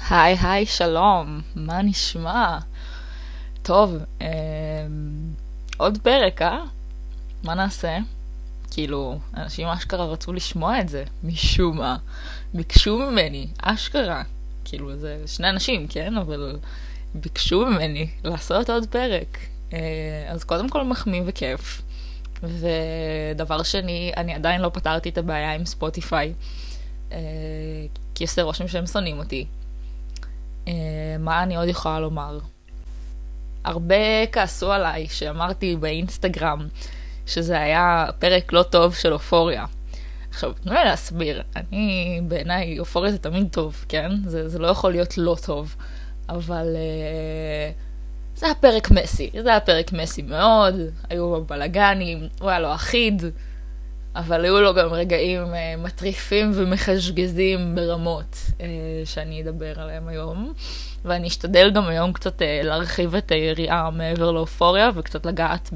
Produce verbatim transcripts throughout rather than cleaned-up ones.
היי היי שלום, מה נשמע? טוב, אה, עוד פרק, אה? מה נעשה? כאילו, אנשים אשכרה רצו לשמוע את זה, משום מה. ביקשו ממני, אשכרה. כאילו, זה שני אנשים, כן? אבל ביקשו ממני לעשות עוד פרק. אה, אז קודם כל מחמיא וכיף. ודבר שני, אני עדיין לא פתרתי את הבעיה עם ספוטיפיי. אה, כי יש רושם שהם שונאים אותי. Uh, מה אני עוד יכולה לומר? הרבה כעסו עליי שאמרתי באינסטגרם שזה היה פרק לא טוב של אופוריה. עכשיו, תנו לי להסביר. אני, בעיניי, אופוריה זה תמיד טוב, כן? זה, זה לא יכול להיות לא טוב. אבל uh, זה היה פרק מסי. זה היה פרק מסי מאוד. היו בלגנים, הוא היה לא אחיד. אבל היו לו גם רגעים uh, מטריפים ומחשגזים ברמות uh, שאני אדבר עליהם היום. ואני אשתדל גם היום קצת uh, להרחיב את היריעה מעבר לאופוריה, וקצת לגעת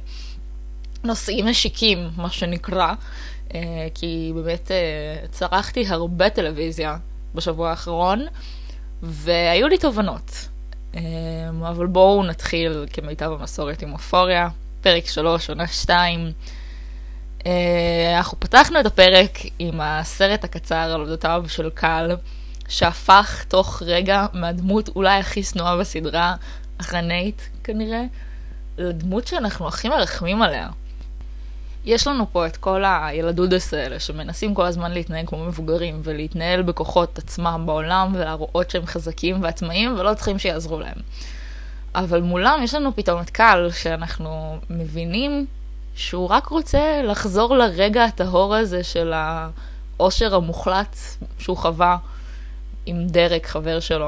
בנושאים משיקים, מה שנקרא. Uh, כי באמת uh, צרכתי הרבה טלוויזיה בשבוע האחרון, והיו לי תובנות. Uh, אבל בואו נתחיל כמיטב המסורת עם אופוריה. פרק שלוש, עונה שתיים. Uh, אנחנו פתחנו את הפרק עם הסרט הקצר על אודותיו של קל, שהפך תוך רגע מהדמות אולי הכי שנואה בסדרה, אחרי נייט כנראה, לדמות שאנחנו הכי מרחמים עליה. יש לנו פה את כל הילדודס האלה שמנסים כל הזמן להתנהג כמו מבוגרים ולהתנהל בכוחות עצמם בעולם ולהראות שהם חזקים ועצמאיים ולא צריכים שיעזרו להם. אבל מולם יש לנו פתאום את קל שאנחנו מבינים שהוא רק רוצה לחזור לרגע הטהור הזה של האושר המוחלט שהוא חווה עם דרק, חבר שלו.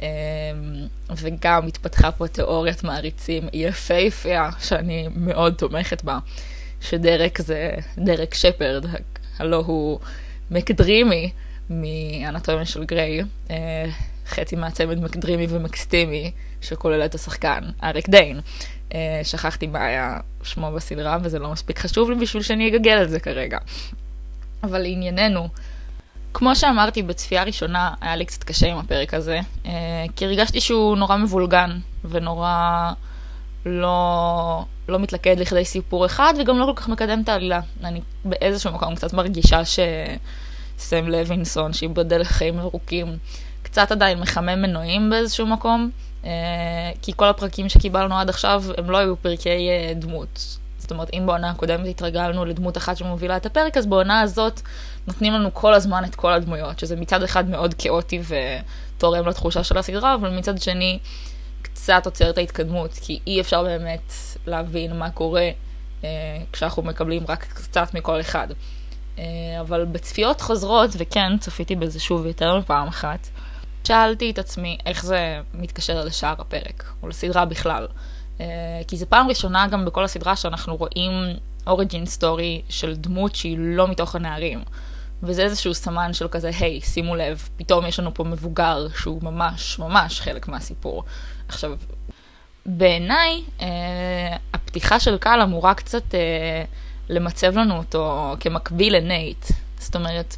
וגם התפתחה פה תיאוריית מעריצים יפהפייה, שאני מאוד תומכת בה, שדרק זה דרק שפרד, הלא הוא מקדרימי מאנטומיה של גריי, חצי מהצמד מקדרימי ומקסטימי, שכולל את השחקן, אריק דיין. שכחתי מה היה שמו בסדרה, וזה לא מספיק חשוב לי בשביל שאני אגגל על זה כרגע. אבל לענייננו, כמו שאמרתי בצפייה ראשונה, היה לי קצת קשה עם הפרק הזה, כי הרגשתי שהוא נורא מבולגן, ונורא לא, לא מתלכד לכדי סיפור אחד, וגם לא כל כך מקדם את העלילה. אני באיזשהו מקום קצת מרגישה שסם לוינסון, שיבדל לחיים ארוכים, קצת עדיין מחמם מנועים באיזשהו מקום, כי כל הפרקים שקיבלנו עד עכשיו הם לא היו פרקי דמות. זאת אומרת, אם בעונה הקודמת התרגלנו לדמות אחת שמובילה את הפרק, אז בעונה הזאת נותנים לנו כל הזמן את כל הדמויות, שזה מצד אחד מאוד כאוטי ותורם לתחושה של הסדרה, אבל מצד שני קצת עוצר את ההתקדמות, כי אי אפשר באמת להבין מה קורה כשאנחנו מקבלים רק קצת מכל אחד. אבל בצפיות חוזרות, וכן, צפיתי בזה שוב יותר מפעם אחת, שאלתי את עצמי איך זה מתקשר לשאר הפרק, או לסדרה בכלל. Uh, כי זה פעם ראשונה גם בכל הסדרה שאנחנו רואים אוריג'ין סטורי של דמות שהיא לא מתוך הנערים. וזה איזשהו סמן של כזה, היי, שימו לב, פתאום יש לנו פה מבוגר שהוא ממש ממש חלק מהסיפור. עכשיו, בעיניי, uh, הפתיחה של קל אמורה קצת uh, למצב לנו אותו כמקביל לנייט. זאת אומרת,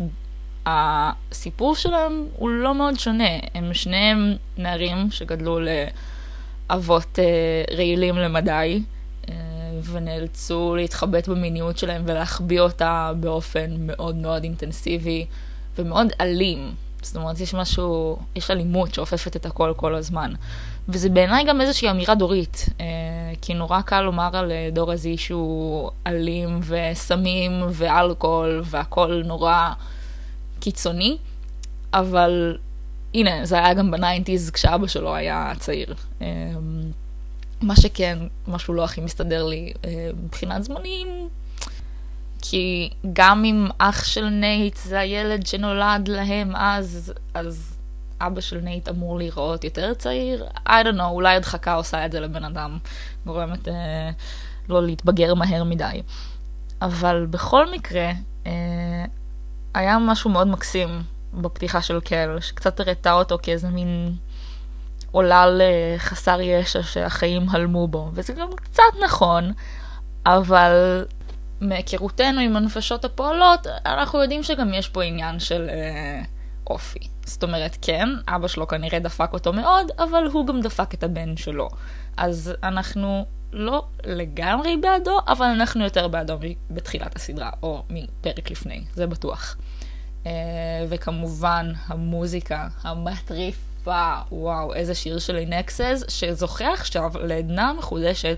הסיפור שלהם הוא לא מאוד שונה. הם שניהם נערים שגדלו לאבות אה, רעילים למדי, אה, ונאלצו להתחבט במיניות שלהם ולהחביא אותה באופן מאוד מאוד אינטנסיבי ומאוד אלים. זאת אומרת, יש משהו, יש אלימות שאופפת את הכל כל הזמן. וזה בעיניי גם איזושהי אמירה דורית, אה, כי נורא קל לומר על דור הזה שהוא אלים וסמים ואלכוהול והכל נורא קיצוני, אבל הנה, זה היה גם בניינטיז כשאבא שלו היה צעיר. מה שכן, משהו לא הכי מסתדר לי מבחינת זמנים, כי גם אם אח של נייט זה הילד שנולד להם אז, אז אבא של נייט אמור להיראות יותר צעיר. I don't know, אולי הדחקה עושה את זה לבן אדם, גורמת אה, לא להתבגר מהר מדי. אבל בכל מקרה, אה, היה משהו מאוד מקסים בפתיחה של קל, שקצת הראתה אותו כאיזה מין עולל חסר ישע שהחיים הלמו בו. וזה גם קצת נכון, אבל מהיכרותנו עם הנפשות הפועלות, אנחנו יודעים שגם יש פה עניין של אה, אופי. זאת אומרת, כן, אבא שלו כנראה דפק אותו מאוד, אבל הוא גם דפק את הבן שלו. אז אנחנו לא לגמרי בעדו, אבל אנחנו יותר בעדו בתחילת הסדרה, או מפרק לפני, זה בטוח. וכמובן, המוזיקה המטריפה, וואו, איזה שיר של אינקסס, שזוכה עכשיו לעדנה מחודשת,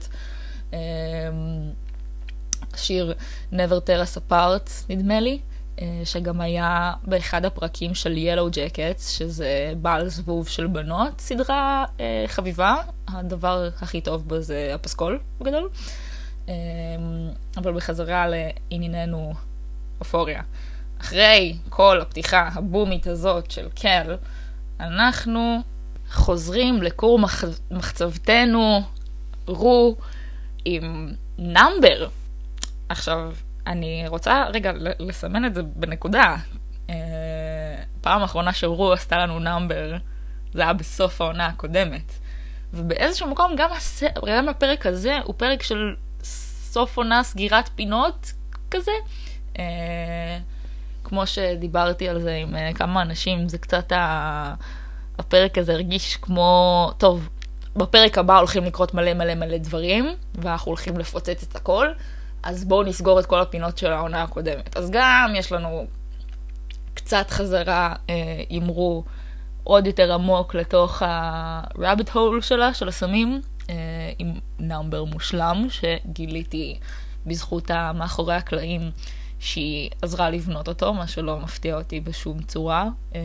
שיר Never Tear Us Apart, נדמה לי, שגם היה באחד הפרקים של Yellow Jackets, שזה בעל זבוב של בנות, סדרה חביבה, הדבר הכי טוב בו זה הפסקול בגדול, אבל בחזרה לענייננו אופוריה. אחרי כל הפתיחה הבומית הזאת של קל, אנחנו חוזרים לקור מחצבתנו, רו, עם נאמבר. עכשיו, אני רוצה רגע לסמן את זה בנקודה. פעם האחרונה שרו עשתה לנו נאמבר, זה היה בסוף העונה הקודמת. ובאיזשהו מקום גם, הסר... גם הפרק הזה הוא פרק של סוף עונה סגירת פינות כזה. כמו שדיברתי על זה עם כמה אנשים, זה קצת הפרק הזה הרגיש כמו, טוב, בפרק הבא הולכים לקרות מלא מלא מלא דברים, ואנחנו הולכים לפוצץ את הכל, אז בואו נסגור את כל הפינות של העונה הקודמת. אז גם יש לנו קצת חזרה, אמרו, עוד יותר עמוק לתוך ה-rabbit hole שלה, של הסמים, עם נאמבר מושלם, שגיליתי בזכות המאחורי הקלעים, שהיא עזרה לבנות אותו, מה שלא מפתיע אותי בשום צורה.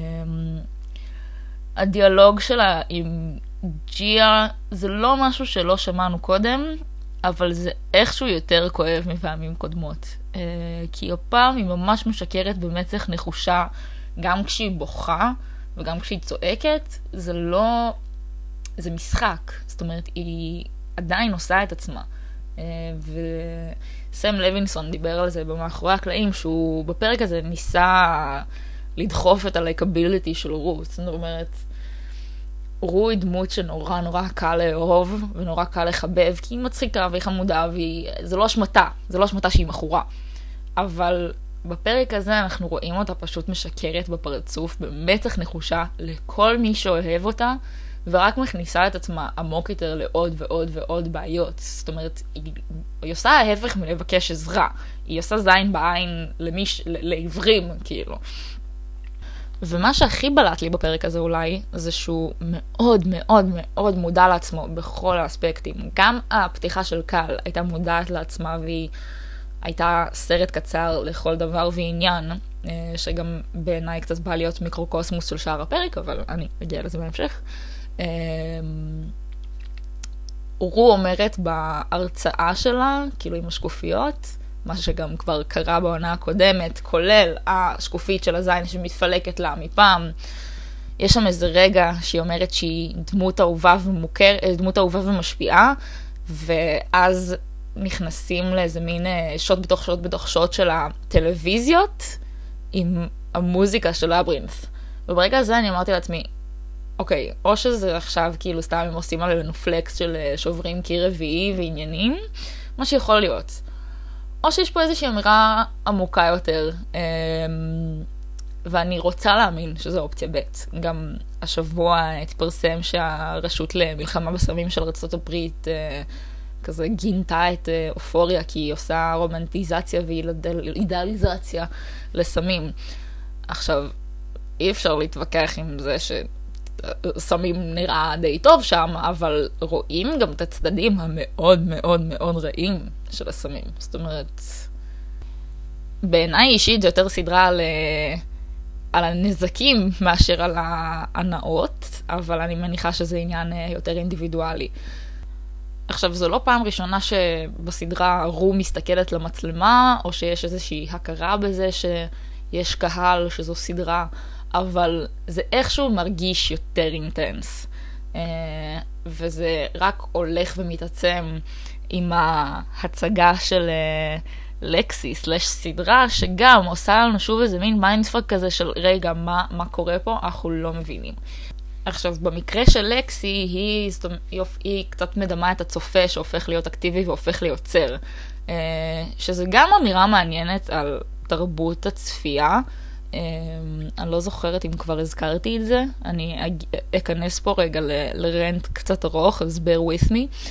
הדיאלוג שלה עם ג'יה זה לא משהו שלא שמענו קודם, אבל זה איכשהו יותר כואב מפעמים קודמות. כי הפעם היא ממש משקרת במצח נחושה, גם כשהיא בוכה וגם כשהיא צועקת, זה לא... זה משחק. זאת אומרת, היא עדיין עושה את עצמה. וסם לוינסון דיבר על זה במאחורי הקלעים, שהוא בפרק הזה ניסה לדחוף את הלייקביליטי של רו. זאת אומרת, רו היא דמות שנורא נורא קל לאהוב, ונורא קל לחבב, כי היא מצחיקה והיא חמודה, וזה לא אשמתה, זה לא אשמתה שהיא מכורה. אבל בפרק הזה אנחנו רואים אותה פשוט משקרת בפרצוף, במצח נחושה לכל מי שאוהב אותה, ורק מכניסה את עצמה עמוק יותר לעוד ועוד ועוד בעיות. זאת אומרת, היא, היא עושה ההפך מלבקש עזרה. היא עושה זין בעין למיש, לעברים, כאילו. ומה שהכי בלט לי בפרק הזה אולי, זה שהוא מאוד מאוד מאוד מודע לעצמו בכל האספקטים. גם הפתיחה של קל הייתה מודעת לעצמה, והיא הייתה סרט קצר לכל דבר ועניין, שגם בעיניי קצת בא להיות מיקרוקוסמוס של שאר הפרק, אבל אני אגיע לזה בהמשך. רו אומרת בהרצאה שלה, כאילו עם השקופיות, מה שגם כבר קרה בעונה הקודמת, כולל השקופית של הזין שמתפלקת לה מפעם. יש שם איזה רגע שהיא אומרת שהיא דמות אהובה ומוכר, דמות אהובה ומשפיעה, ואז נכנסים לאיזה מין שוט בתוך שוט בתוך שוט של הטלוויזיות, עם המוזיקה של לברינת'. וברגע הזה אני אמרתי לעצמי, אוקיי, או שזה עכשיו כאילו סתם הם עושים עלינו פלקס של שוברים קיר רביעי ועניינים, מה שיכול להיות. או שיש פה איזושהי אמירה עמוקה יותר, ואני רוצה להאמין שזו אופציה ב'. גם השבוע התפרסם שהרשות למלחמה בסמים של ארצות הברית כזה גינתה את אופוריה, כי היא עושה רומנטיזציה ואידאליזציה לסמים. עכשיו, אי אפשר להתווכח עם זה שסמים נראה די טוב שם, אבל רואים גם את הצדדים המאוד מאוד מאוד רעים של הסמים. זאת אומרת, בעיניי אישית זה יותר סדרה על, על הנזקים מאשר על ההנאות, אבל אני מניחה שזה עניין יותר אינדיבידואלי. עכשיו, זו לא פעם ראשונה שבסדרה רו מסתכלת למצלמה, או שיש איזושהי הכרה בזה שיש קהל שזו סדרה, אבל זה איכשהו מרגיש יותר אינטנס. וזה רק הולך ומתעצם עם ההצגה של לקסי סלש סדרה, שגם עושה לנו שוב איזה מין מיינדפאק כזה של רגע, מה, מה קורה פה? אנחנו לא מבינים. עכשיו, במקרה של לקסי, היא, היא, היא קצת מדמה את הצופה שהופך להיות אקטיבי והופך ליוצר. שזה גם אמירה מעניינת על תרבות הצפייה, אני לא זוכרת אם כבר הזכרתי את זה, אני אכנס פה רגע לרנט קצת ארוך, אז bear with me.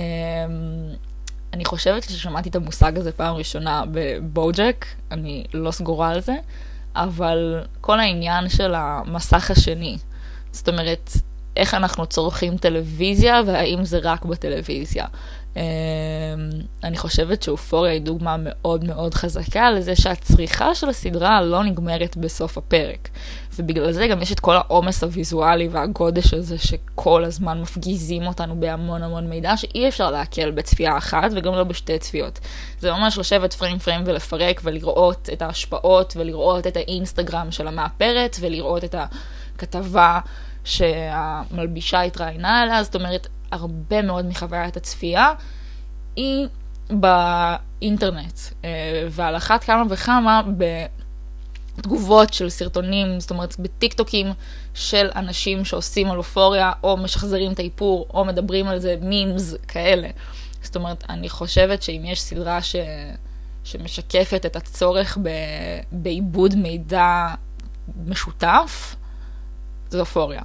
אני חושבת ששמעתי את המושג הזה פעם ראשונה בבוג'ק, אני לא סגורה על זה, אבל כל העניין של המסך השני, זאת אומרת, איך אנחנו צורכים טלוויזיה, והאם זה רק בטלוויזיה. אני חושבת שאופוריה היא דוגמה מאוד מאוד חזקה לזה שהצריכה של הסדרה לא נגמרת בסוף הפרק. ובגלל זה גם יש את כל העומס הוויזואלי והגודש הזה שכל הזמן מפגיזים אותנו בהמון המון מידע שאי אפשר להקל בצפייה אחת וגם לא בשתי צפיות. זה ממש לשבת פריים פריים ולפרק ולראות את ההשפעות ולראות את האינסטגרם של המאפרת ולראות את הכתבה שהמלבישה התראיינה עליה. זאת אומרת, הרבה מאוד מחוויית הצפייה היא באינטרנט, ועל אחת כמה וכמה בתגובות של סרטונים, זאת אומרת בטיקטוקים של אנשים שעושים על אופוריה, או משחזרים את האיפור, או מדברים על זה מימס כאלה. זאת אומרת, אני חושבת שאם יש סדרה ש... שמשקפת את הצורך ב... בעיבוד מידע משותף, זה אופוריה.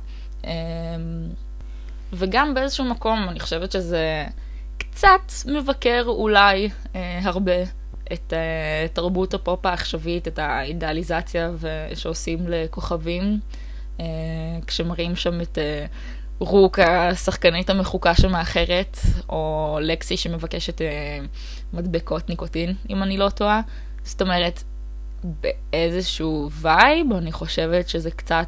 וגם באיזשהו מקום אני חושבת שזה קצת מבקר אולי אה, הרבה את אה, תרבות הפופ העכשווית, את האידאליזציה שעושים לכוכבים, אה, כשמראים שם את אה, רוק השחקנית המחוקה שמאחרת, או לקסי שמבקשת אה, מדבקות ניקוטין, אם אני לא טועה. זאת אומרת, באיזשהו וייב, אני חושבת שזה קצת...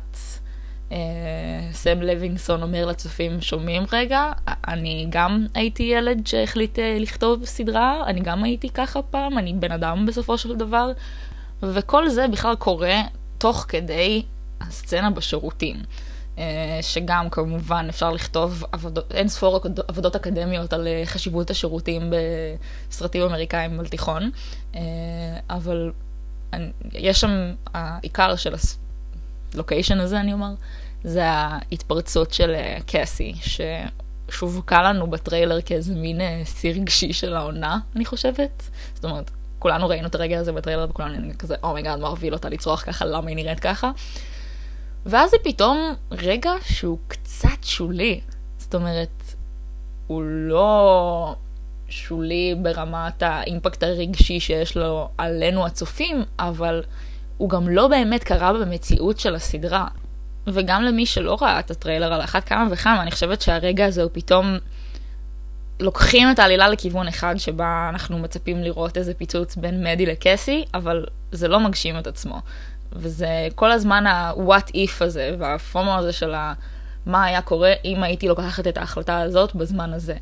סם לוינסון אומר לצופים, שומעים רגע, אני גם הייתי ילד שהחליט לכתוב סדרה, אני גם הייתי ככה פעם, אני בן אדם בסופו של דבר, וכל זה בכלל קורה תוך כדי הסצנה בשירותים, שגם כמובן אפשר לכתוב עבודות, אין ספור עבודות אקדמיות על חשיבות השירותים בסרטים אמריקאים על תיכון, אבל יש שם העיקר של הלוקיישן הזה, אני אומר, זה ההתפרצות של קאסי, ששווקה לנו בטריילר כאיזה מין סיר רגשי של העונה, אני חושבת. זאת אומרת, כולנו ראינו את הרגע הזה בטריילר, וכולנו נראה כזה, אומייגאד, מה הוביל אותה לצרוח ככה, למה היא נראית ככה? ואז זה פתאום רגע שהוא קצת שולי. זאת אומרת, הוא לא שולי ברמת האימפקט הרגשי שיש לו עלינו הצופים, אבל הוא גם לא באמת קרה במציאות של הסדרה. וגם למי שלא ראה את הטריילר על אחת כמה וכמה, אני חושבת שהרגע הזה הוא פתאום לוקחים את העלילה לכיוון אחד שבה אנחנו מצפים לראות איזה פיצוץ בין מדי לקסי, אבל זה לא מגשים את עצמו. וזה כל הזמן ה-what if הזה, והפומו הזה של מה היה קורה אם הייתי לוקחת את ההחלטה הזאת בזמן הזה.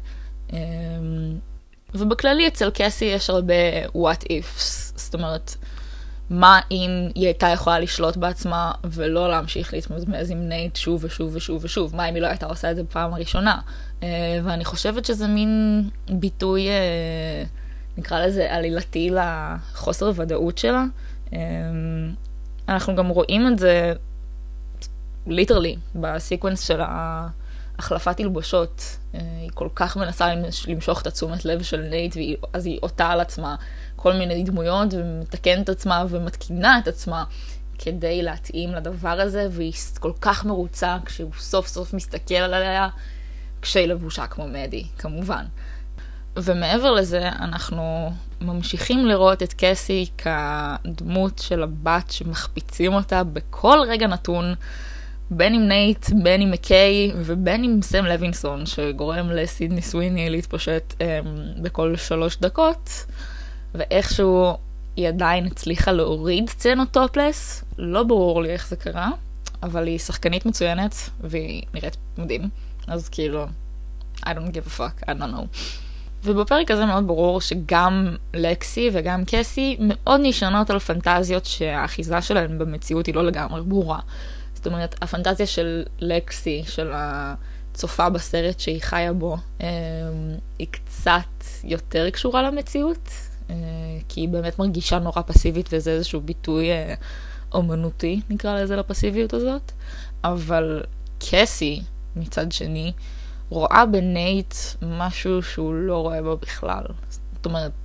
ובכללי אצל קסי יש הרבה what ifs, זאת אומרת, מה אם היא הייתה יכולה לשלוט בעצמה ולא להמשיך להתמזמז עם נייט שוב ושוב ושוב ושוב? מה אם היא לא הייתה עושה את זה בפעם הראשונה? ואני חושבת שזה מין ביטוי, נקרא לזה עלילתי לחוסר ודאות שלה. אנחנו גם רואים את זה ליטרלי בסיקוונס של החלפת תלבושות. היא כל כך מנסה למשוך את התשומת לב של נייט, אז היא אותה על עצמה כל מיני דמויות ומתקנת את עצמה ומתקינה את עצמה כדי להתאים לדבר הזה, והיא כל כך מרוצה כשהוא סוף סוף מסתכל עליה כשהיא לבושה כמו מדי, כמובן. ומעבר לזה אנחנו ממשיכים לראות את קסי כדמות של הבת שמחפיצים אותה בכל רגע נתון, בין עם נייט, בין עם מקיי ובין עם סם לוינסון, שגורם לסידני סוויני להתפשט um, בכל שלוש דקות, ואיכשהו היא עדיין הצליחה להוריד סצנות טופלס. לא ברור לי איך זה קרה, אבל היא שחקנית מצוינת והיא נראית מדהים, אז כאילו I don't give a fuck, I don't know. ובפרק הזה מאוד ברור שגם לקסי וגם קסי מאוד נשענות על פנטזיות שהאחיזה שלהן במציאות היא לא לגמרי ברורה. זאת אומרת, הפנטזיה של לקסי, של הצופה בסרט שהיא חיה בו, היא קצת יותר קשורה למציאות, כי היא באמת מרגישה נורא פסיבית, וזה איזשהו ביטוי אומנותי, נקרא לזה, לפסיביות הזאת. אבל קסי, מצד שני, רואה בנייט משהו שהוא לא רואה בו בכלל. זאת אומרת,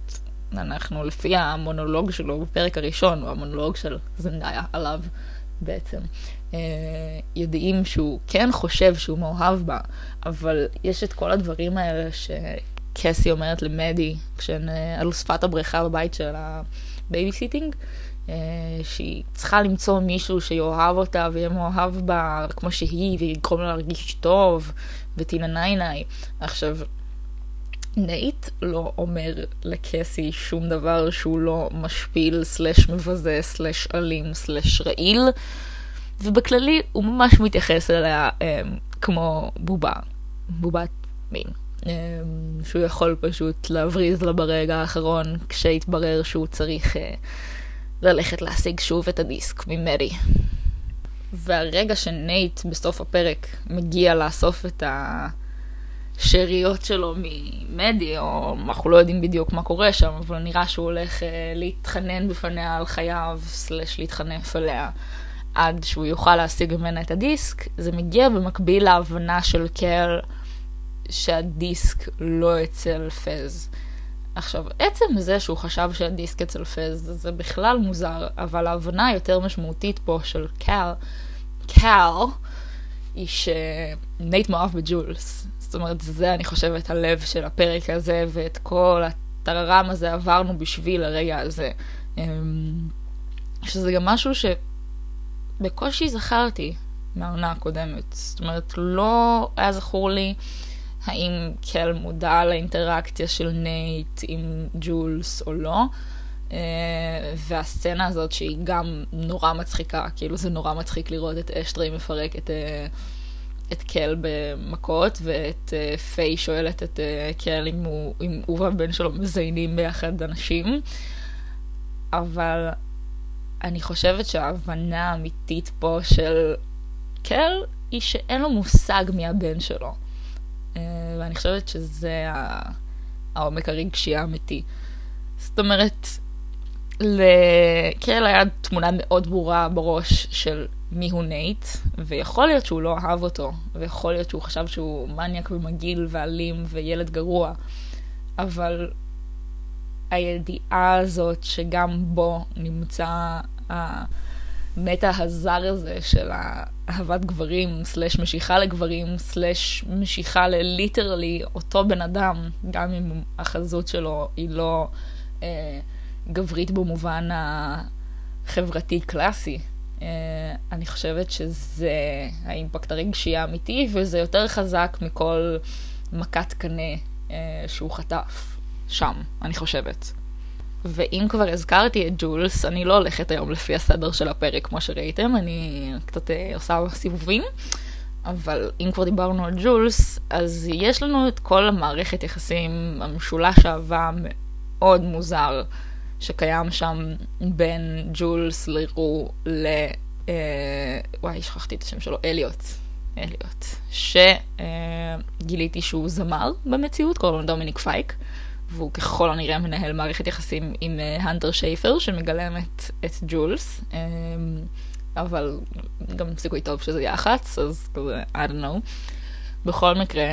אנחנו לפי המונולוג שלו בפרק הראשון, או המונולוג של זנדאיה עליו בעצם, יודעים שהוא כן חושב שהוא מאוהב בה, אבל יש את כל הדברים האלה שקסי אומרת למדי, כשהן על שפת הבריכה בבית של הבייביסיטינג, שהיא צריכה למצוא מישהו שיאהב אותה ויהיה מאוהב בה כמו שהיא, ויגרום לה להרגיש טוב, וטינה ניי ניי. עכשיו, נייט לא אומר לקסי שום דבר שהוא לא משפיל, סלש מבזה, סלש אלים, סלש רעיל, ובכללי הוא ממש מתייחס אליה אה, כמו בובה, בובת מין. אה, שהוא יכול פשוט להבריז לה ברגע האחרון, כשהתברר שהוא צריך אה, ללכת להשיג שוב את הדיסק ממרי. והרגע שנייט בסוף הפרק מגיע לאסוף את השאריות שלו ממדי, או אנחנו לא יודעים בדיוק מה קורה שם, אבל נראה שהוא הולך אה, להתחנן בפניה על חייו, סלש להתחנף עליה, עד שהוא יוכל להשיג ממנה את הדיסק. זה מגיע במקביל להבנה של קל שהדיסק לא אצל פז. עכשיו, עצם זה שהוא חשב שהדיסק אצל פז זה בכלל מוזר, אבל ההבנה היותר משמעותית פה של קל, קל, היא שנייט מאוהב בג'ולס. זאת אומרת, זה אני חושבת הלב של הפרק הזה, ואת כל הטררם הזה עברנו בשביל הרגע הזה. שזה גם משהו שבקושי זכרתי מהעונה הקודמת. זאת אומרת, לא היה זכור לי האם קל מודע לאינטראקציה של נייט עם ג'ולס או לא. והסצנה הזאת שהיא גם נורא מצחיקה, כאילו זה נורא מצחיק לראות את אשטרי מפרק את, את קל במכות, ואת פיי שואלת את קל אם הוא, אם הוא והבן שלו מזיינים ביחד אנשים. אבל אני חושבת שההבנה האמיתית פה של קל היא שאין לו מושג מי הבן שלו. ואני חושבת שזה העומק הרגשי האמיתי. זאת אומרת, לקל היה תמונה מאוד ברורה בראש של מי הוא נייט, ויכול להיות שהוא לא אהב אותו, ויכול להיות שהוא חשב שהוא מניאק ומגעיל ואלים וילד גרוע, אבל הידיעה הזאת שגם בו נמצא המטה הזר הזה של אהבת גברים, סלש משיכה לגברים, סלש משיכה לליטרלי אותו בן אדם, גם אם החזות שלו היא לא אה, גברית במובן החברתי קלאסי. אה, אני חושבת שזה האימפקט הרגשי האמיתי, וזה יותר חזק מכל מכת קנה אה, שהוא חטף שם, אני חושבת. ואם כבר הזכרתי את ג'ולס, אני לא הולכת היום לפי הסדר של הפרק כמו שראיתם, אני קצת עושה סיבובים, אבל אם כבר דיברנו על ג'ולס, אז יש לנו את כל המערכת יחסים, המשולש אהבה מאוד מוזר, שקיים שם בין ג'ולס לרו ל... אה, וואי, שכחתי את השם שלו, אליוט. אליוט. שגיליתי שהוא זמר במציאות, קוראים לו דומיניק פייק, והוא ככל הנראה מנהל מערכת יחסים עם הנטר שייפר, שמגלמת את ג'ולס, אבל גם סיכוי טוב שזה יחץ, אז כזה, I don't know. בכל מקרה,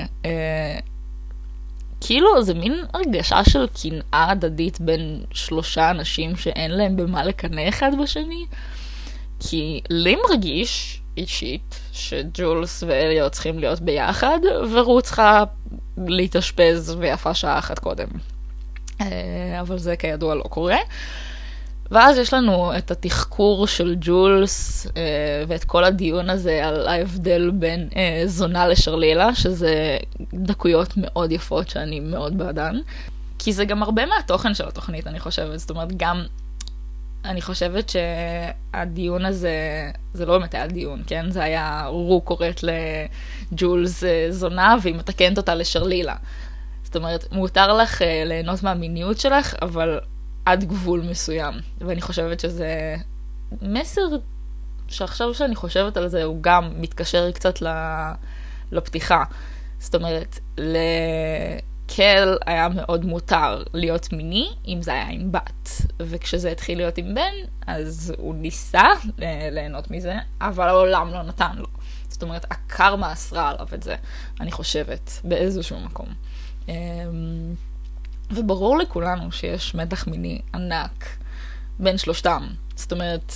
כאילו זה מין הרגשה של קנאה הדדית בין שלושה אנשים שאין להם במה לקנא אחד בשני, כי לי מרגיש אישית שג'ולס ואליוט צריכים להיות ביחד, ורו צריכה להתאשפז ויפה שעה אחת קודם. אבל זה כידוע לא קורה. ואז יש לנו את התחקור של ג'ולס, ואת כל הדיון הזה על ההבדל בין זונה לשרלילה, שזה דקויות מאוד יפות שאני מאוד בעדן. כי זה גם הרבה מהתוכן של התוכנית, אני חושבת. זאת אומרת, גם אני חושבת שהדיון הזה, זה לא באמת היה דיון, כן? זה היה רו קוראת לג'ולס זונה, והיא מתקנת אותה לשרלילה. זאת אומרת, מותר לך ליהנות מהמיניות שלך, אבל עד גבול מסוים. ואני חושבת שזה מסר שעכשיו שאני חושבת על זה, הוא גם מתקשר קצת לפתיחה. זאת אומרת, לקל היה מאוד מותר להיות מיני, אם זה היה עם בת. וכשזה התחיל להיות עם בן, אז הוא ניסה ליהנות מזה, אבל העולם לא נתן לו. זאת אומרת, הקרמה אסרה עליו את זה, אני חושבת, באיזשהו מקום. וברור לכולנו שיש מתח מיני ענק בין שלושתם. זאת אומרת,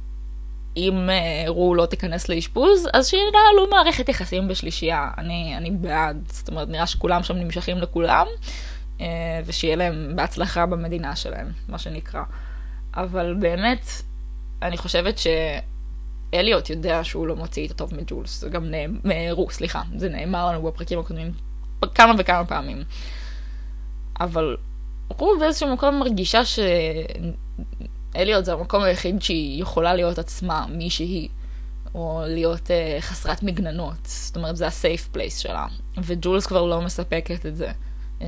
אם uh, רו לא תיכנס לאשפוז, אז שינהלו מערכת יחסים בשלישייה. אני, אני בעד. זאת אומרת, נראה שכולם שם נמשכים לכולם, uh, ושיהיה להם בהצלחה במדינה שלהם, מה שנקרא. אבל באמת, אני חושבת שאליוט יודע שהוא לא מוציא את הטוב מג'ולס. זה גם נאמר, רו, סליחה, זה נאמר לנו בפרקים הקודמים כמה וכמה פעמים. אבל רו באיזשהו מקום מרגישה ש... אליוט זה המקום היחיד שהיא יכולה להיות עצמה, מי שהיא, או להיות uh, חסרת מגננות. זאת אומרת, זה ה-safe place שלה. וג'ולס כבר לא מספקת את זה. Um,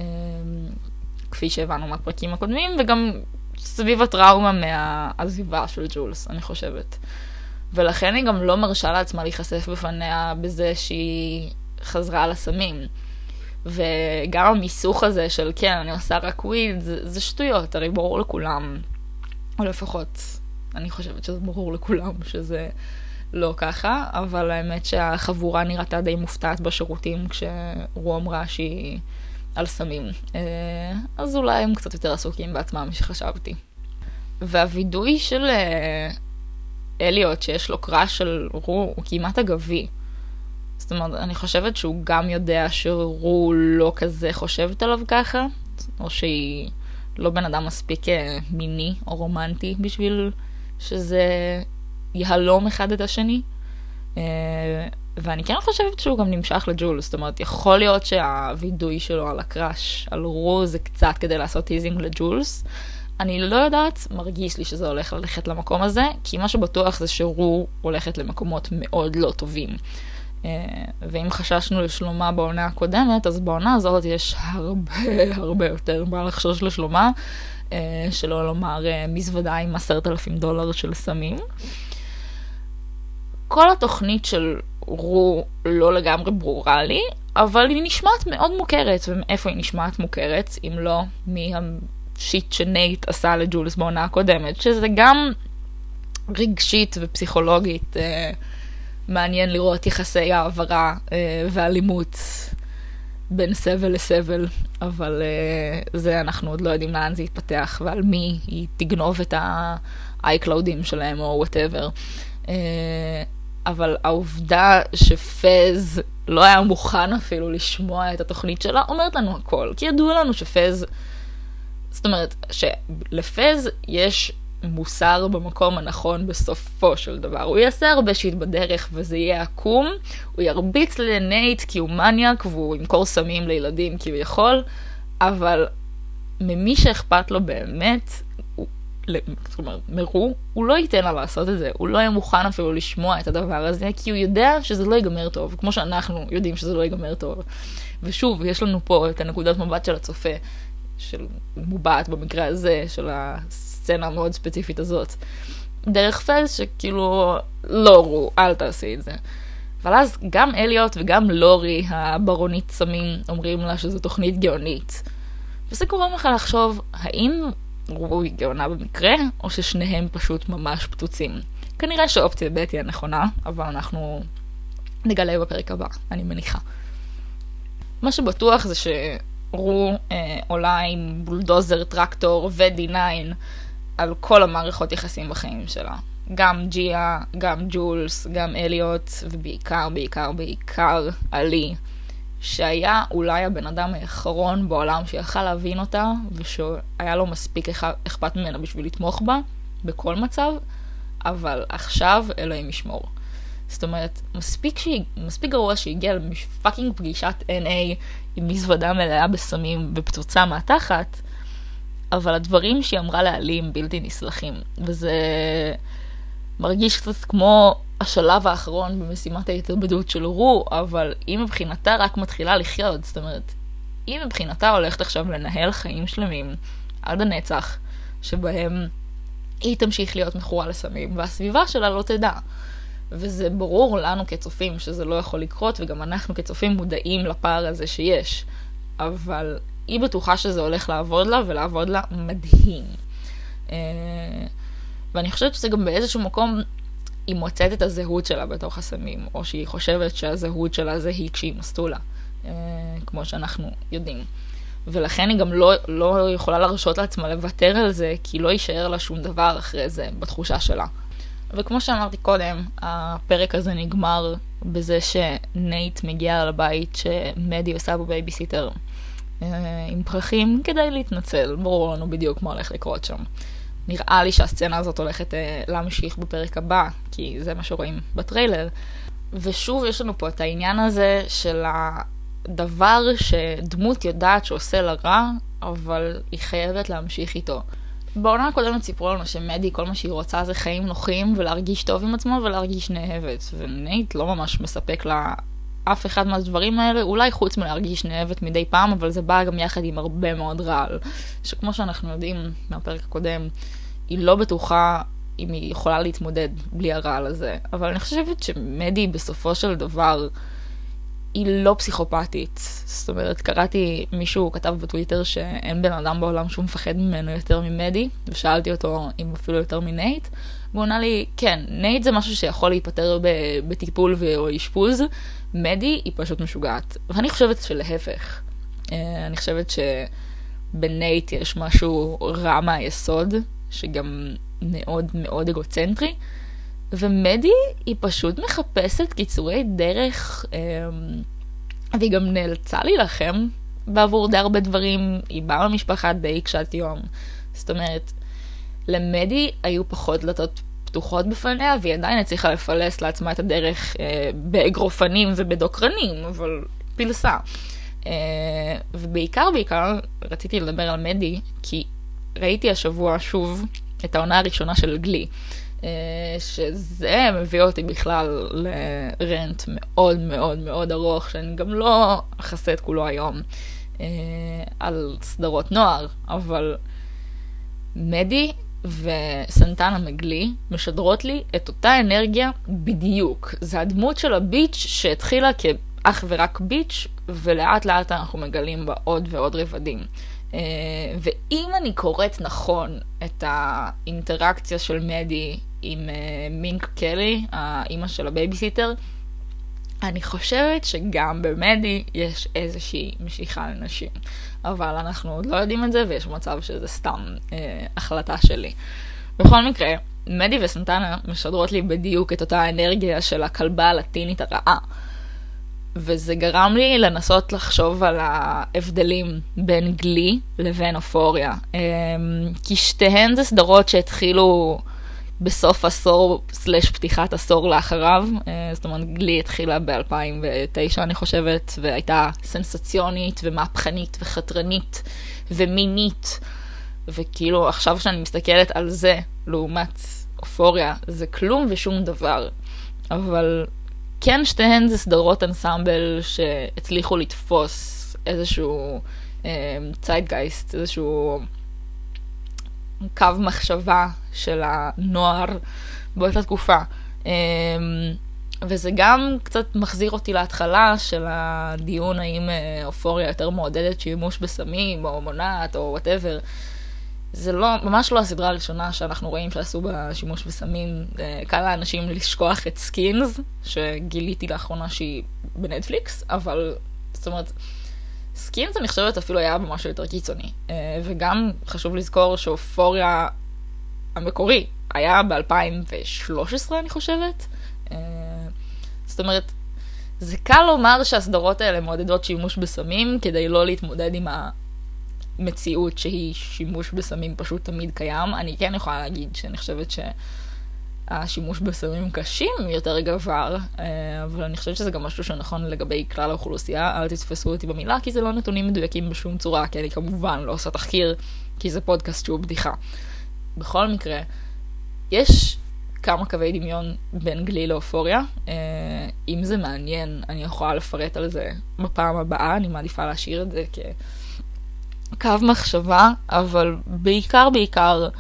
כפי שהבנו מהפרקים הקודמים, וגם סביב הטראומה מהעזיבה של ג'ולס, אני חושבת. ולכן היא גם לא מרשה לעצמה להיחשף בפניה בזה שהיא חזרה על הסמים. וגם המיסוך הזה של כן, אני עושה רק וויד, זה, זה שטויות, הרי ברור לכולם. או לפחות, אני חושבת שזה ברור לכולם שזה לא ככה, אבל האמת שהחבורה נראתה די מופתעת בשירותים כשרו אמרה שהיא על סמים. אז אולי הם קצת יותר עסוקים בעצמם שחשבתי. והווידוי של אליוט שיש לו קראש של רו הוא כמעט אגבי. זאת אומרת, אני חושבת שהוא גם יודע שרו לא כזה חושבת עליו ככה, או שהיא לא בן אדם מספיק מיני או רומנטי בשביל שזה יהלום אחד את השני. ואני כן חושבת שהוא גם נמשך לג'ולס. זאת אומרת, יכול להיות שהווידוי שלו על הקראש, על רו, זה קצת כדי לעשות טיזינג לג'ולס. אני לא יודעת, מרגיש לי שזה הולך ללכת למקום הזה, כי מה שבטוח זה שרו הולכת למקומות מאוד לא טובים. ואם חששנו לשלומה בעונה הקודמת, אז בעונה הזאת יש הרבה הרבה יותר מה לחשוש לשלומה, שלא לומר מזוודה עם עשרת אלפים דולר של סמים. כל התוכנית של רו לא לגמרי ברורה לי, אבל היא נשמעת מאוד מוכרת. ומאיפה היא נשמעת מוכרת? אם לא מהשיט שנייט עשה לג'ולס בעונה הקודמת, שזה גם רגשית ופסיכולוגית מעניין לראות יחסי העברה אה, ואלימות בין סבל לסבל, אבל אה, זה אנחנו עוד לא יודעים לאן זה יתפתח, ועל מי היא תגנוב את ה-iCloud'ים שלהם או whatever. אה, אבל העובדה שפז לא היה מוכן אפילו לשמוע את התוכנית שלה, אומרת לנו הכל, כי ידוע לנו שפז, זאת אומרת, שלפז יש מוסר במקום הנכון בסופו של דבר. הוא יעשה הרבה שיט בדרך וזה יהיה עקום, הוא ירביץ לנייט כי הוא מניאק והוא ימכור סמים לילדים כביכול, אבל ממי שאכפת לו באמת, הוא, זאת אומרת, מרו, הוא לא ייתן לה לעשות את זה, הוא לא יהיה מוכן אפילו לשמוע את הדבר הזה, כי הוא יודע שזה לא ייגמר טוב, כמו שאנחנו יודעים שזה לא ייגמר טוב. ושוב, יש לנו פה את הנקודת מבט של הצופה, של מובעת במקרה הזה, של הסצנה המאוד ספציפית הזאת. דרך פז שכאילו, לא רו, אל תעשי את זה. אבל אז גם אליוט וגם לורי, הברונית סמים, אומרים לה שזו תוכנית גאונית. וזה גורם לך לחשוב, האם רו היא גאונה במקרה, או ששניהם פשוט ממש פצוצים. כנראה שאופציה ב' היא הנכונה, אבל אנחנו נגלה בפרק הבא, אני מניחה. מה שבטוח זה שרו אה, עולה עם בולדוזר, טרקטור ו-די ניין על כל המערכות יחסים בחיים שלה. גם ג'יה, גם ג'ולס, גם אליוט, ובעיקר, בעיקר, בעיקר עלי, שהיה אולי הבן אדם האחרון בעולם שיכל להבין אותה, ושהיה לו מספיק אכפת ממנה בשביל לתמוך בה, בכל מצב, אבל עכשיו אלוהים ישמור. זאת אומרת, מספיק, שהיא, מספיק גרוע שהגיע לפאקינג פגישת אן איי עם מזוודה מלאה בסמים ופצוצה מהתחת, אבל הדברים שהיא אמרה לעלי הם בלתי נסלחים, וזה מרגיש קצת כמו השלב האחרון במשימת ההתאבדות של רו, אבל היא מבחינתה רק מתחילה לחיות. זאת אומרת, היא מבחינתה הולכת עכשיו לנהל חיים שלמים עד הנצח, שבהם היא תמשיך להיות מכורה לסמים, והסביבה שלה לא תדע. וזה ברור לנו כצופים שזה לא יכול לקרות, וגם אנחנו כצופים מודעים לפער הזה שיש. אבל היא בטוחה שזה הולך לעבוד לה, ולעבוד לה מדהים. ואני חושבת שזה גם באיזשהו מקום היא מוצאת את הזהות שלה בתוך הסמים, או שהיא חושבת שהזהות שלה זה היא כשהיא מסטולה, כמו שאנחנו יודעים. ולכן היא גם לא, לא יכולה לרשות לעצמה לוותר על זה, כי לא יישאר לה שום דבר אחרי זה בתחושה שלה. וכמו שאמרתי קודם, הפרק הזה נגמר בזה שנייט מגיע לבית שמדי עושה בו בייביסיטר עם פרחים כדי להתנצל. ברור לנו בדיוק מה הולך לקרות שם. נראה לי שהסצנה הזאת הולכת להמשיך בפרק הבא, כי זה מה שרואים בטריילר. ושוב יש לנו פה את העניין הזה של הדבר שדמות יודעת שעושה לה רע, אבל היא חייבת להמשיך איתו. בעונה הקודמת סיפרו לנו שמדי כל מה שהיא רוצה זה חיים נוחים ולהרגיש טוב עם עצמו ולהרגיש נאהבת. ונייט לא ממש מספק לה אף אחד מהדברים האלה, אולי חוץ מלהרגיש נאהבת מדי פעם, אבל זה בא גם יחד עם הרבה מאוד רעל. שכמו שאנחנו יודעים מהפרק הקודם, היא לא בטוחה אם היא יכולה להתמודד בלי הרעל הזה. אבל אני חושבת שמדי בסופו של דבר היא לא פסיכופתית. זאת אומרת, קראתי, מישהו כתב בטוויטר שאין בן אדם בעולם שהוא מפחד ממנו יותר ממדי, ושאלתי אותו אם אפילו יותר מנייט, והוא עונה לי, כן, נייט זה משהו שיכול להיפטר בטיפול או אשפוז, מדי היא פשוט משוגעת. ואני חושבת שלהפך. אני חושבת שבנייט יש משהו רע מהיסוד, שגם מאוד מאוד אגוצנטרי, ומדי היא פשוט מחפשת קיצורי דרך, והיא גם נאלצה להילחם בעבור די הרבה דברים. היא באה ממשפחה די קשת יום. זאת אומרת, למדי היו פחות דלתות פתוחות בפניה, והיא עדיין הצליחה לפלס לעצמה את הדרך באגרופנים ובדוקרנים, אבל פילסה. ובעיקר בעיקר רציתי לדבר על מדי, כי ראיתי השבוע שוב את העונה הראשונה של גלי, שזה מביא אותי בכלל לרנט מאוד מאוד מאוד ארוך, שאני גם לא אכסה את כולו היום על סדרות נוער, אבל מדי וסנטנה מגלי משדרות לי את אותה אנרגיה בדיוק. זה הדמות של הביץ' שהתחילה כאח ורק ביץ', ולאט לאט אנחנו מגלים בה עוד ועוד רבדים. ואם אני קוראת נכון את האינטראקציה של מדי עם מינק קלי, האמא של הבייביסיטר, אני חושבת שגם במדי יש איזושהי משיכה לנשים. אבל אנחנו עוד לא יודעים את זה, ויש מצב שזה סתם אה, החלטה שלי. בכל מקרה, מדי וסנטנה משדרות לי בדיוק את אותה האנרגיה של הכלבה הלטינית הרעה. וזה גרם לי לנסות לחשוב על ההבדלים בין גלי לבין אופוריה. אה, כי שתיהן זה סדרות שהתחילו בסוף עשור סלש פתיחת עשור לאחריו. זאת אומרת, גלי התחילה ב-אלפיים ותשע אני חושבת, והייתה סנסציונית ומהפכנית וחתרנית ומינית, וכאילו עכשיו שאני מסתכלת על זה לעומת אופוריה, זה כלום ושום דבר. אבל כן, שתיהן זה סדרות אנסמבל שהצליחו לתפוס איזשהו צייטגייסט, איזשהו קו מחשבה של הנוער באותה תקופה. וזה גם קצת מחזיר אותי להתחלה של הדיון האם אופוריה יותר מעודדת שימוש בסמים או מונעת או whatever. זה לא, ממש לא הסדרה הראשונה שאנחנו רואים שעשו בה שימוש בסמים. קל לאנשים לשכוח את סקינס, שגיליתי לאחרונה שהיא בנטפליקס, אבל זאת אומרת, סקינס אני חושבת אפילו היה במשהו יותר קיצוני. וגם חשוב לזכור שאופוריה המקורי היה ב-אלפיים ושלוש עשרה אני חושבת. זאת אומרת, זה קל לומר שהסדרות האלה מעודדות שימוש בסמים כדי לא להתמודד עם המציאות שהיא שימוש בסמים פשוט תמיד קיים. אני כן יכולה להגיד שאני חושבת שהשימוש בסמים קשים יותר גבר, אבל אני חושבת שזה גם משהו שנכון לגבי כלל האוכלוסייה. אל תתפסו אותי במילה, כי זה לא נתונים מדויקים בשום צורה, כי אני כמובן לא עושה תחקיר, כי זה פודקאסט שהוא בדיחה. בכל מקרה, יש כמה קווי דמיון בין גלי לאופוריה. אם זה מעניין, אני יכולה לפרט על זה בפעם הבאה. אני מעדיפה להשאיר את זה כקו מחשבה, אבל בעיקר בעיקר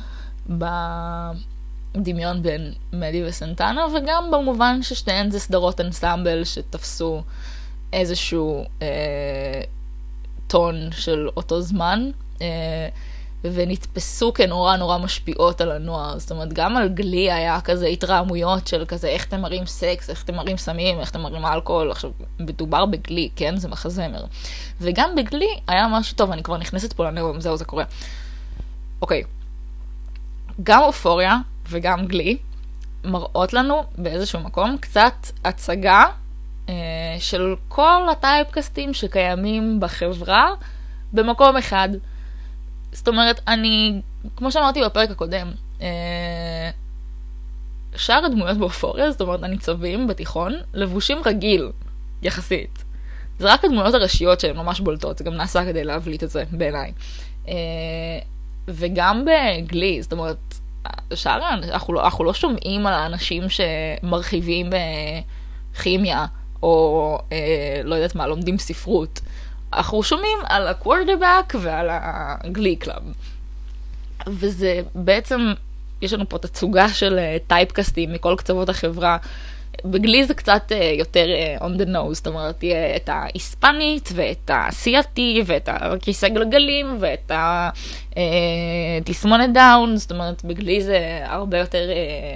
בדמיון בין מדי וסנטנה, וגם במובן ששתיהן זה סדרות אנסמבל שתפסו איזשהו אה, טון של אותו זמן. אה, ונתפסו כנורא נורא משפיעות על הנוער. זאת אומרת, גם על גלי היה כזה התרעמויות של כזה, איך אתם מראים סקס, איך אתם מראים סמים, איך אתם מראים אלכוהול. עכשיו, מדובר בגלי, כן? זה מחזמר. וגם בגלי היה משהו טוב, אני כבר נכנסת פה לנאום, זהו, זה קורה. אוקיי. גם אופוריה וגם גלי מראות לנו באיזשהו מקום קצת הצגה אה, של כל הטייפקסטים שקיימים בחברה במקום אחד. זאת אומרת, אני, כמו שאמרתי בפרק הקודם, אה, שאר הדמויות באופוריה, זאת אומרת, הניצבים בתיכון, לבושים רגיל, יחסית. זה רק הדמויות הראשיות שהן ממש בולטות, זה גם נעשה כדי להבליט את זה בעיניי. אה, וגם בגלי, זאת אומרת, שאר, אנחנו לא, אנחנו לא שומעים על האנשים שמרחיבים בכימיה, או אה, לא יודעת מה, לומדים ספרות. אנחנו שומעים על הקוורטרבק ועל הגלי קלאב. וזה בעצם, יש לנו פה תצוגה של טייפקסטים מכל קצוות החברה. בגלי זה קצת יותר on the nose, זאת אומרת, תהיה את ההיספנית ואת האסייתי ואת הכיסא גלגלים ואת התסמונת דאון, זאת אומרת, בגלי זה הרבה יותר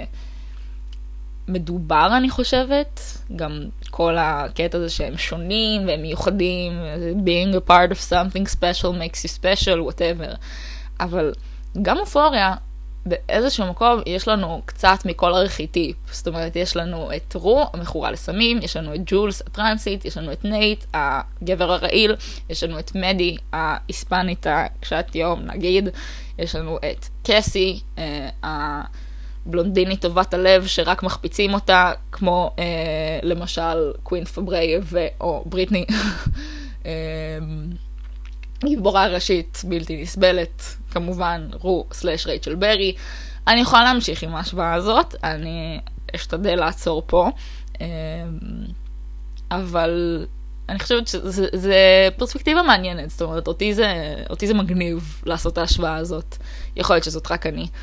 מדובר, אני חושבת. גם כל הקטע הזה שהם שונים והם מיוחדים, being a part of something special makes you special, whatever. אבל גם אופוריה, באיזשהו מקום יש לנו קצת מכל ארכיטיפ. זאת אומרת, יש לנו את רו, המכורה לסמים, יש לנו את ג'ולס, הטרנסית, יש לנו את נייט, הגבר הרעיל, יש לנו את מדי, ההיספנית, הקשת יום, נגיד, יש לנו את קסי, הבלונדינית טובת הלב, שרק מחפיצים אותה, כמו אה, למשל קווין פברי ו- או בריטני. אה, גיבורה ראשית בלתי נסבלת, כמובן, רו סלש רייצ'ל ברי. אני יכולה להמשיך עם ההשוואה הזאת, אני אשתדל לעצור פה, אבל אני חושבת שזה פרספקטיבה מעניינת, זאת אומרת, אותי זה, אותי זה מגניב לעשות את ההשוואה הזאת, יכול להיות שזאת רק אני.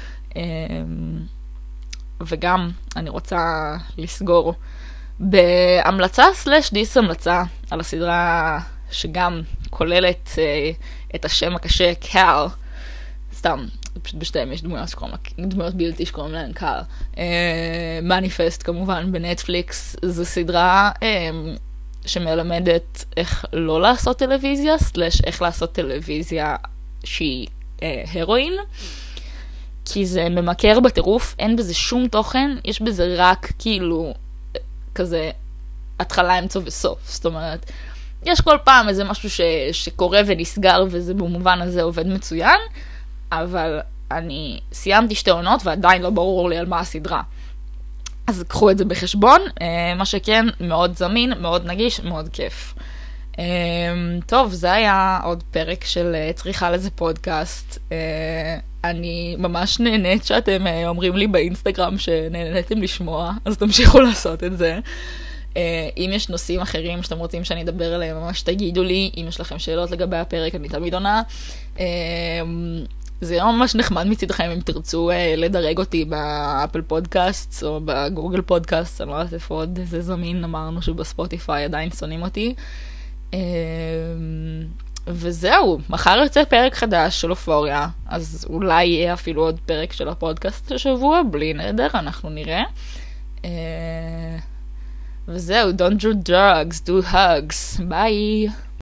וגם אני רוצה לסגור בהמלצה סלש דיס המלצה על הסדרה שגם כוללת uh, את השם הקשה קאל, סתם, פשוט בשתיים יש דמויות שקוראים, דמויות בלתי שקוראים להן קאל. מניפסט uh, כמובן בנטפליקס, זו סדרה um, שמלמדת איך לא לעשות טלוויזיה, סלש איך לעשות טלוויזיה שהיא uh, הרואין, כי זה ממכר בטירוף, אין בזה שום תוכן, יש בזה רק כאילו כזה התחלה, אמצע וסוף, זאת אומרת, יש כל פעם איזה משהו ש, שקורה ונסגר, וזה במובן הזה עובד מצוין, אבל אני סיימתי שתי עונות ועדיין לא ברור לי על מה הסדרה. אז קחו את זה בחשבון, מה שכן, מאוד זמין, מאוד נגיש, מאוד כיף. טוב, זה היה עוד פרק של צריכה לזה פודקאסט. אני ממש נהנית שאתם אומרים לי באינסטגרם שנהנתם לשמוע, אז תמשיכו לעשות את זה. Uh, אם יש נושאים אחרים שאתם רוצים שאני אדבר עליהם, ממש תגידו לי. אם יש לכם שאלות לגבי הפרק, אני תמיד עונה. Uh, זה יום ממש נחמד מצדכם אם תרצו uh, לדרג אותי באפל פודקאסט או בגוגל פודקאסט, אני לא יודעת איפה עוד זה זמין, אמרנו שבספוטיפיי עדיין שונאים אותי. Uh, וזהו, מחר יוצא פרק חדש של אופוריה, אז אולי יהיה אפילו עוד פרק של הפודקאסט השבוע, בלי נדר, אנחנו נראה. Uh, וזהו, don't do drugs, do hugs. ביי.